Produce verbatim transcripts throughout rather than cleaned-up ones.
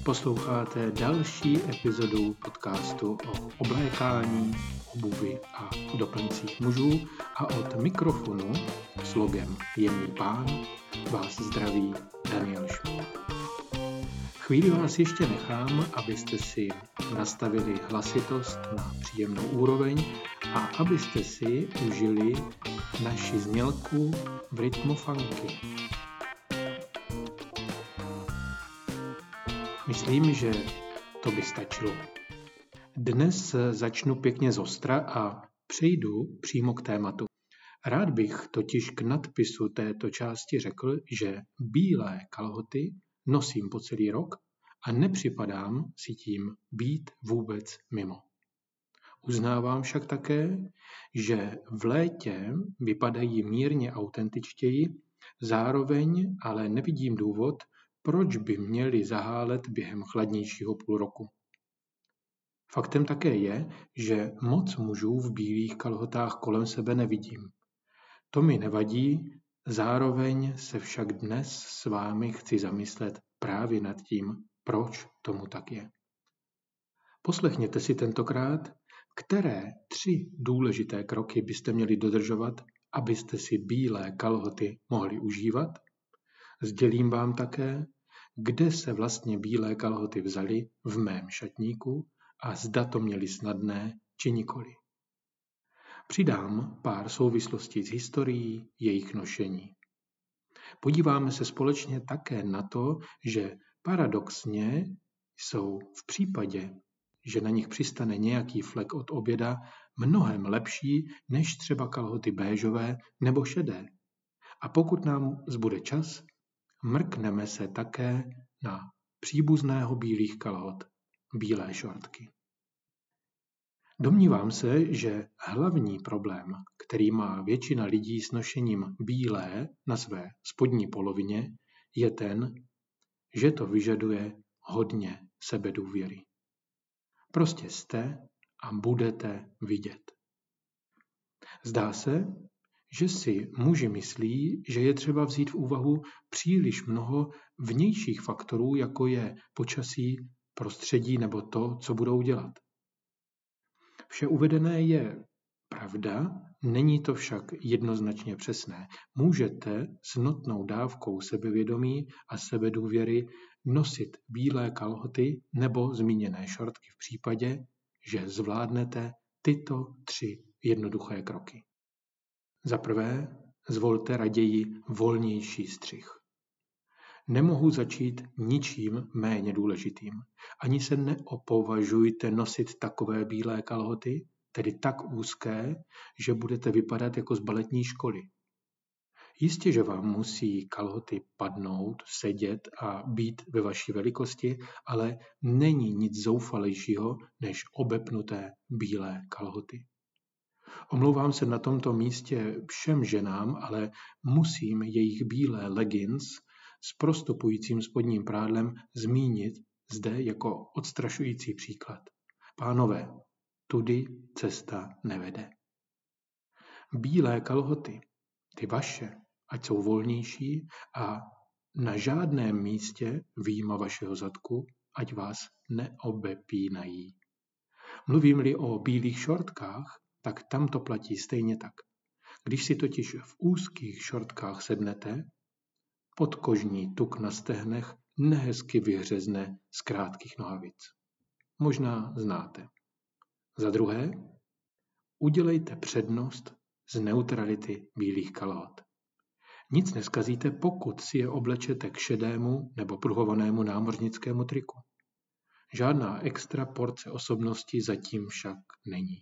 Posloucháte další epizodu podcastu o oblékání, obuvi a doplňcích mužů a od mikrofonu s logem Jemný pán vás zdraví Daniel Šmíd. Chvíli vás ještě nechám, abyste si nastavili hlasitost na příjemnou úroveň a abyste si užili naši znělku v rytmu funky. Myslím, že to by stačilo. Dnes začnu pěkně zostra a přejdu přímo k tématu. Rád bych totiž k nadpisu této části řekl, že bílé kalhoty nosím po celý rok a nepřipadám si tím být vůbec mimo. Uznávám však také, že v létě vypadají mírně autentičtěji, zároveň ale nevidím důvod, proč by měli zahálet během chladnějšího půl roku. Faktem také je, že moc mužů v bílých kalhotách kolem sebe nevidím. To mi nevadí, zároveň se však dnes s vámi chci zamyslet právě nad tím, proč tomu tak je. Poslechněte si tentokrát, které tři důležité kroky byste měli dodržovat, abyste si bílé kalhoty mohli užívat. Sdělím vám také, kde se vlastně bílé kalhoty vzaly v mém šatníku a zda to měli snadné či nikoli. Přidám pár souvislostí s historií jejich nošení. Podíváme se společně také na to, že paradoxně jsou v případě, že na nich přistane nějaký flek od oběda, mnohem lepší než třeba kalhoty béžové nebo šedé. A pokud nám zbude čas, mrkneme se také na příbuzného bílých kalhot, bílé šortky. Domnívám se, že hlavní problém, který má většina lidí s nošením bílé na své spodní polovině, je ten, že to vyžaduje hodně sebedůvěry. Prostě jste a budete vidět. Zdá se, že si muži myslí, že je třeba vzít v úvahu příliš mnoho vnějších faktorů, jako je počasí, prostředí nebo to, co budou dělat. Vše uvedené je pravda, není to však jednoznačně přesné. Můžete s notnou dávkou sebevědomí a sebedůvěry nosit bílé kalhoty nebo zmíněné šortky v případě, že zvládnete tyto tři jednoduché kroky. Za prvé, zvolte raději volnější střih. Nemohu začít ničím méně důležitým. Ani se neopovažujte nosit takové bílé kalhoty, tedy tak úzké, že budete vypadat jako z baletní školy. Jistě, že vám musí kalhoty padnout, sedět a být ve vaší velikosti, ale není nic zoufalejšího než obepnuté bílé kalhoty. Omlouvám se na tomto místě všem ženám, ale musím jejich bílé leggings s prostupujícím spodním prádlem zmínit zde jako odstrašující příklad. Pánové, tudy cesta nevede. Bílé kalhoty, ty vaše, ať jsou volnější a na žádném místě vyjma vašeho zadku, ať vás neobepínají. Mluvím-li o bílých šortkách, tak tam to platí stejně tak. Když si totiž v úzkých šortkách sednete, podkožní tuk na stehnech nehezky vyhřezne z krátkých nohavic. Možná znáte. Za druhé, udělejte přednost z neutrality bílých kalhot. Nic neskazíte, pokud si je oblečete k šedému nebo pruhovanému námořnickému triku. Žádná extra porce osobnosti zatím však není.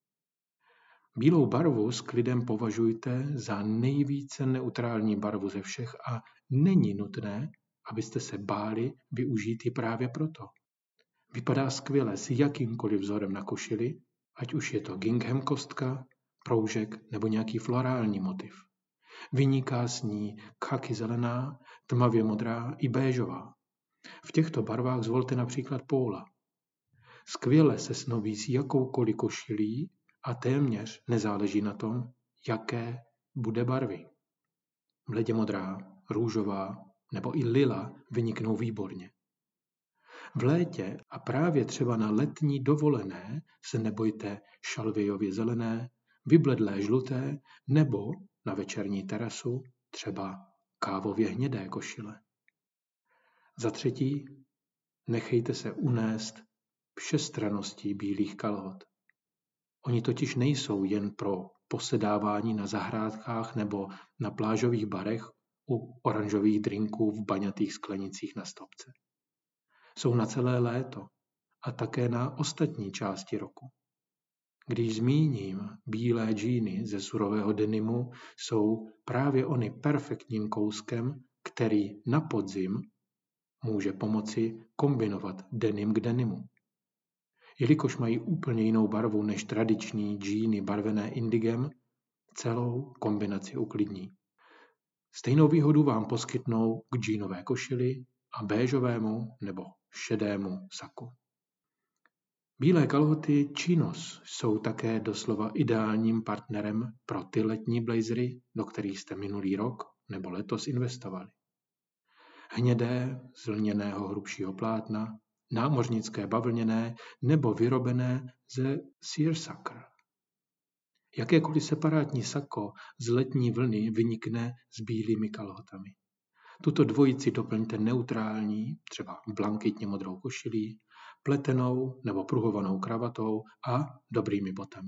Bílou barvu s klidem považujte za nejvíce neutrální barvu ze všech a není nutné, abyste se báli využít ji právě proto. Vypadá skvěle s jakýmkoliv vzorem na košili, ať už je to gingham kostka, proužek nebo nějaký florální motiv. Vyniká s ní khaki zelená, tmavě modrá i béžová. V těchto barvách zvolte například póla. Skvěle se snoví s jakoukoliv košilí a téměř nezáleží na tom, jaké bude barvy. Bledě modrá, růžová nebo i lila vyniknou výborně. V létě a právě třeba na letní dovolené se nebojte šalvějově zelené, vybledlé žluté nebo na večerní terasu třeba kávově hnědé košile. Za třetí, nechejte se unést všestranností bílých kalhot. Oni totiž nejsou jen pro posedávání na zahrádkách nebo na plážových barech u oranžových drinků v baňatých sklenicích na stopce. Jsou na celé léto a také na ostatní části roku. Když zmíním bílé džíny ze surového denimu, jsou právě ony perfektním kouskem, který na podzim může pomoci kombinovat denim k denimu. Jelikož mají úplně jinou barvu než tradiční džíny barvené indigem, celou kombinaci uklidní. Stejnou výhodu vám poskytnou k džínové košili a béžovému nebo šedému saku. Bílé kalhoty chinos jsou také doslova ideálním partnerem pro ty letní blazery, do kterých jste minulý rok nebo letos investovali. Hnědé, z lněného hrubšího plátna, námořnické bavlněné nebo vyrobené ze seersucker. Jakékoliv separátní sako z letní vlny vynikne s bílými kalhotami. Tuto dvojici doplňte neutrální, třeba blankitně modrou košilí, pletenou nebo pruhovanou kravatou a dobrými botami.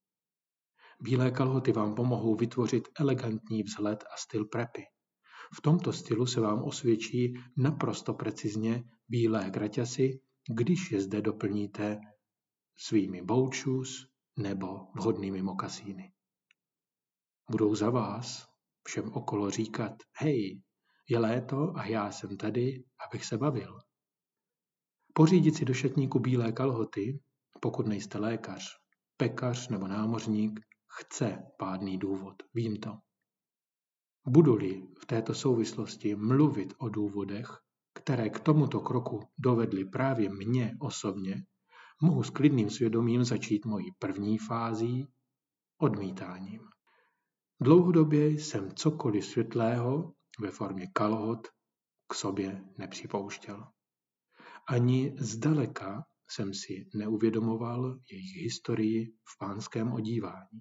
Bílé kalhoty vám pomohou vytvořit elegantní vzhled a styl preppy. V tomto stylu se vám osvědčí naprosto precizně bílé kraťasy, když je zde doplníte svými boat shoes nebo vhodnými mokasíny. Budou za vás všem okolo říkat: hej, je léto a já jsem tady, abych se bavil. Pořídit si do šatníku bílé kalhoty, pokud nejste lékař, pekař nebo námořník, chce pádný důvod, vím to. Budu-li v této souvislosti mluvit o důvodech, které k tomuto kroku dovedly právě mě osobně, mohu s klidným svědomím začít mojí první fází, odmítáním. Dlouhodobě jsem cokoliv světlého ve formě kalhot k sobě nepřipouštěl. Ani zdaleka jsem si neuvědomoval jejich historii v pánském odívání.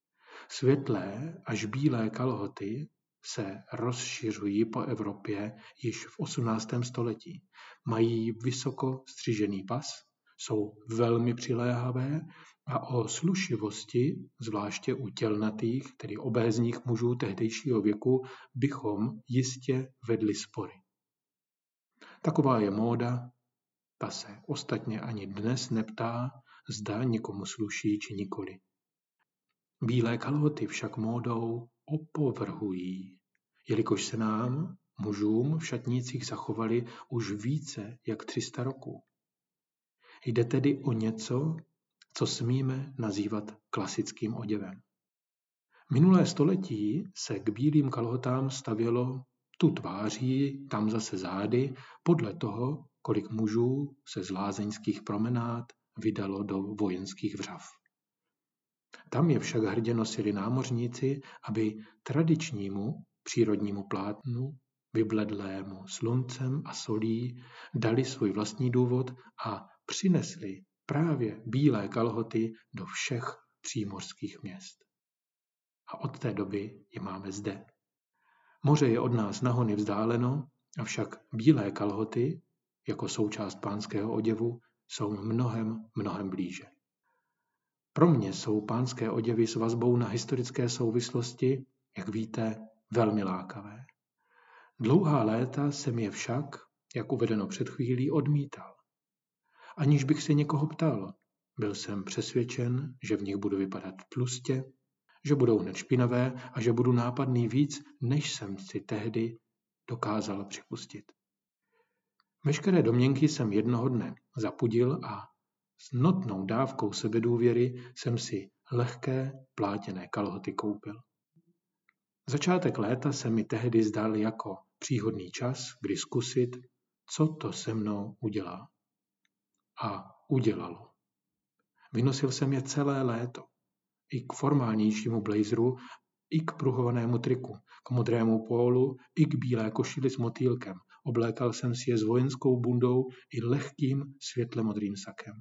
Světlé až bílé kalhoty se rozšiřují po Evropě již v osmnáctém století. Mají vysoko střižený pas, jsou velmi přiléhavé a o slušivosti, zvláště u tělnatých, tedy obézních mužů tehdejšího věku, bychom jistě vedli spory. Taková je móda, ta se ostatně ani dnes neptá, zda někomu sluší či nikoli. Bílé kalhoty však módou opovrhují, jelikož se nám, mužům, v šatnících zachovali už více jak tři sta roků. Jde tedy o něco, co smíme nazývat klasickým oděvem. Minulé století se k bílým kalhotám stavělo tu tváří, tam zase zády, podle toho, kolik mužů se z lázeňských promenád vydalo do vojenských vřav. Tam je však hrdě nosili námořníci, aby tradičnímu přírodnímu plátnu, vybledlému sluncem a solí, dali svůj vlastní důvod a přinesli právě bílé kalhoty do všech přímořských měst. A od té doby je máme zde. Moře je od nás na hony vzdáleno, avšak bílé kalhoty, jako součást pánského oděvu, jsou mnohem, mnohem blíže. Pro mě jsou pánské oděvy s vazbou na historické souvislosti, jak víte, velmi lákavé. Dlouhá léta jsem je však, jak uvedeno před chvílí, odmítal. Aniž bych se někoho ptal, byl jsem přesvědčen, že v nich budu vypadat tlustě, že budou hned špinavé a že budu nápadný víc, než jsem si tehdy dokázal připustit. Veškeré domněnky jsem jednoho dne zapudil a s notnou dávkou sebedůvěry jsem si lehké plátěné kalhoty koupil. Začátek léta se mi tehdy zdál jako příhodný čas, kdy zkusit, co to se mnou udělá. A udělalo. Vynosil jsem je celé léto. I k formálnějšímu blazeru i k pruhovanému triku, k modrému pólu, i k bílé košili s motýlkem. Oblékal jsem si je s vojenskou bundou i lehkým světle modrým sakem.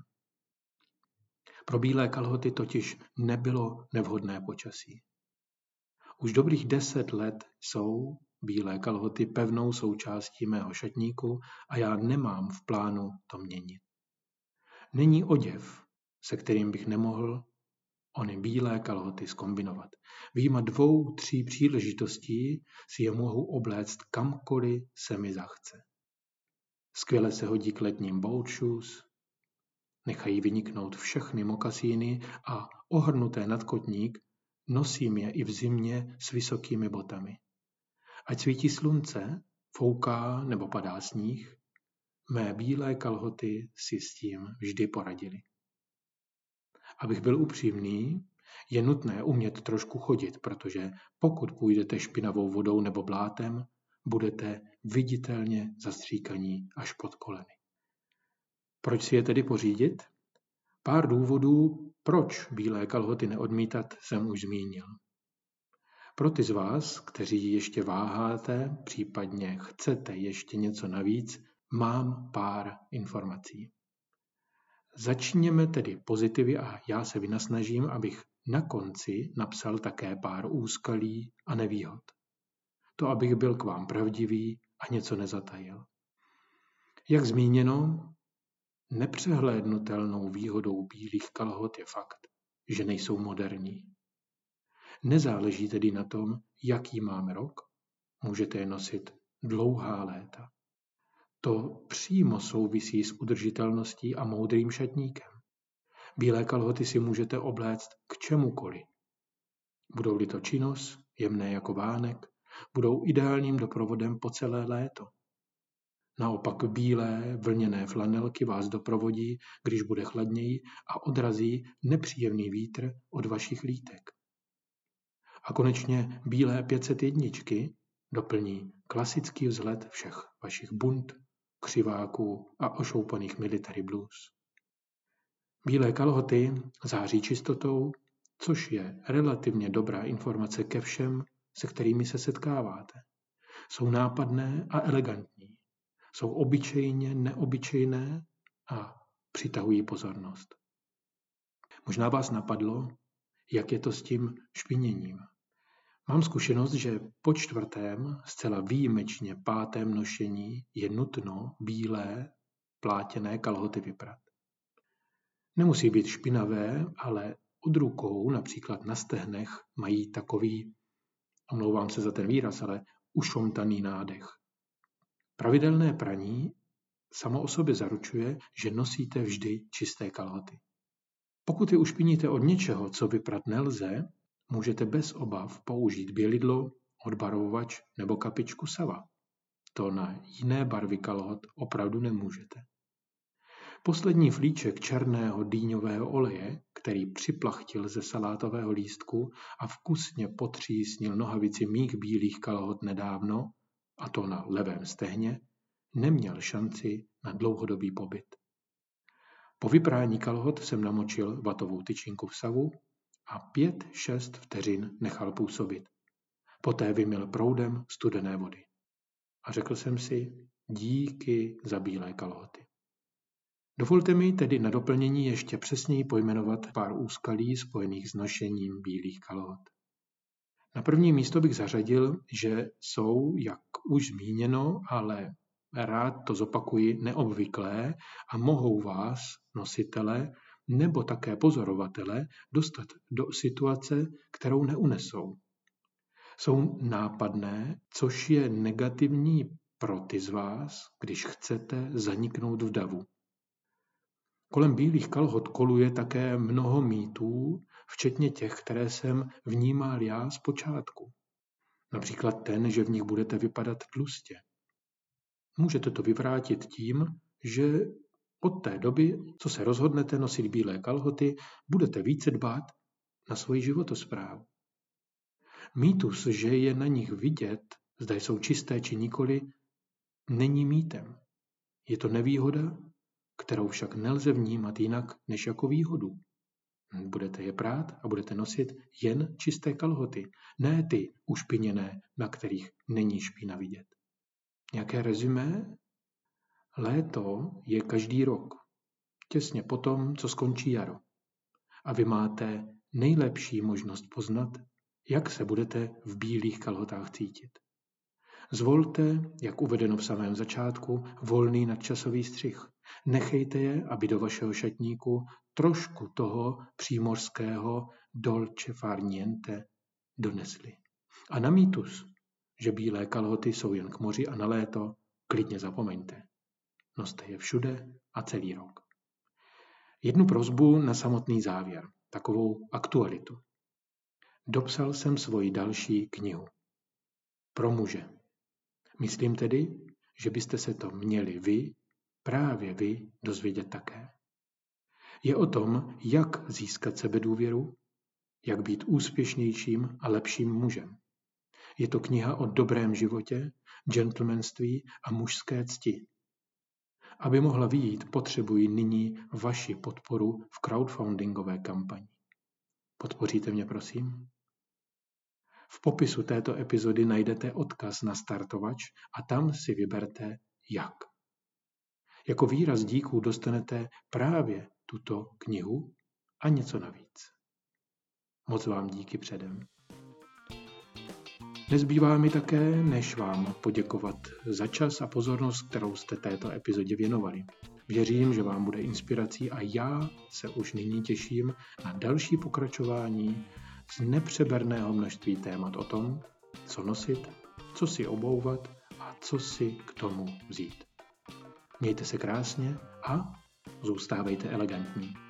Pro bílé kalhoty totiž nebylo nevhodné počasí. Už dobrých deset let jsou bílé kalhoty pevnou součástí mého šatníku a já nemám v plánu to měnit. Není oděv, se kterým bych nemohl ony bílé kalhoty zkombinovat. Vyjma dvou, tří příležitostí si je mohu obléct kamkoliv se mi zachce. Skvěle se hodí k letním boat shoes, nechají vyniknout všechny mokasíny a ohrnuté nad kotník nosím je i v zimě s vysokými botami. Ať svítí slunce, fouká nebo padá sníh, mé bílé kalhoty si s tím vždy poradily. Abych byl upřímný, je nutné umět trošku chodit, protože pokud půjdete špinavou vodou nebo blátem, budete viditelně zastříkaní až pod koleny. Proč si je tedy pořídit? Pár důvodů, proč bílé kalhoty neodmítat, jsem už zmínil. Pro ty z vás, kteří ještě váháte, případně chcete ještě něco navíc, mám pár informací. Začněme tedy pozitivy a já se vynasnažím, abych na konci napsal také pár úskalí a nevýhod. To, abych byl k vám pravdivý a něco nezatajil. Jak zmíněno, nepřehlédnutelnou výhodou bílých kalhot je fakt, že nejsou moderní. Nezáleží tedy na tom, jaký máme rok, můžete je nosit dlouhá léta. To přímo souvisí s udržitelností a moudrým šatníkem. Bílé kalhoty si můžete obléct k čemukoliv. Budou-li to činos, jemné jako vánek, budou ideálním doprovodem po celé léto. Naopak bílé vlněné flanelky vás doprovodí, když bude chladněji a odrazí nepříjemný vítr od vašich lítek. A konečně bílé pět set jedna doplní klasický vzhled všech vašich bund, křiváků a ošoupaných military blues. Bílé kalhoty září čistotou, což je relativně dobrá informace ke všem, se kterými se setkáváte. Jsou nápadné a elegantní. Jsou obyčejně neobyčejné a přitahují pozornost. Možná vás napadlo, jak je to s tím špiněním. Mám zkušenost, že po čtvrtém, zcela výjimečně pátém nošení je nutno bílé plátěné kalhoty vyprat. Nemusí být špinavé, ale od rukou, například na stehnech, mají takový, omlouvám se za ten výraz, ale ušomtaný nádech. Pravidelné praní samo o sobě zaručuje, že nosíte vždy čisté kalhoty. Pokud je ušpiníte od něčeho, co vyprat nelze, můžete bez obav použít bělidlo, odbarvovač nebo kapičku Sava. To na jiné barvy kalhot opravdu nemůžete. Poslední flíček černého dýňového oleje, který připlachtil ze salátového lístku a vkusně potřísnil nohavici mých bílých kalhot nedávno, a to na levém stehně, neměl šanci na dlouhodobý pobyt. Po vyprání kalhot jsem namočil vatovou tyčinku v Savu a pět šest vteřin nechal působit. Poté vymyl proudem studené vody. A řekl jsem si, díky za bílé kalhoty. Dovolte mi tedy na doplnění ještě přesněji pojmenovat pár úskalí spojených s nošením bílých kalhot. Na první místo bych zařadil, že jsou, jak už zmíněno, ale rád to zopakuji, neobvyklé a mohou vás, nositele, nebo také pozorovatele, dostat do situace, kterou neunesou. Jsou nápadné, což je negativní pro ty z vás, když chcete zaniknout v davu. Kolem bílých kalhot koluje také mnoho mýtů, včetně těch, které jsem vnímal já zpočátku. Například ten, že v nich budete vypadat tlustě. Můžete to vyvrátit tím, že od té doby, co se rozhodnete nosit bílé kalhoty, budete více dbát na svoji životosprávu. Mýtus, že je na nich vidět, zda jsou čisté či nikoli, není mýtem. Je to nevýhoda, kterou však nelze vnímat jinak než jako výhodu. Budete je prát a budete nosit jen čisté kalhoty, ne ty ušpiněné, na kterých není špína vidět. Nějaké rezumé? Léto je každý rok, těsně potom, co skončí jaro. A vy máte nejlepší možnost poznat, jak se budete v bílých kalhotách cítit. Zvolte, jak uvedeno v samém začátku, volný nadčasový střih. Nechejte je, aby do vašeho šatníku trošku toho přímořského dolce far niente donesli. A na mýtus, že bílé kalhoty jsou jen k moři a na léto, klidně zapomeňte. Noste je všude a celý rok. Jednu prosbu na samotný závěr, takovou aktualitu. Dopsal jsem svoji další knihu. Pro muže. Myslím tedy, že byste se to měli vy, právě vy, dozvědět také. Je o tom, jak získat sebedůvěru, jak být úspěšnějším a lepším mužem. Je to kniha o dobrém životě, gentlemanství a mužské cti. Aby mohla vyjít, potřebuji nyní vaši podporu v crowdfundingové kampani. Podpoříte mě, prosím? V popisu této epizody najdete odkaz na startovač a tam si vyberte jak. Jako výraz díků dostanete právě tuto knihu a něco navíc. Moc vám díky předem. Nezbývá mi také, než vám poděkovat za čas a pozornost, kterou jste této epizodě věnovali. Věřím, že vám bude inspirací a já se už nyní těším na další pokračování z nepřeberného množství témat o tom, co nosit, co si obouvat a co si k tomu vzít. Mějte se krásně a zůstávejte elegantní.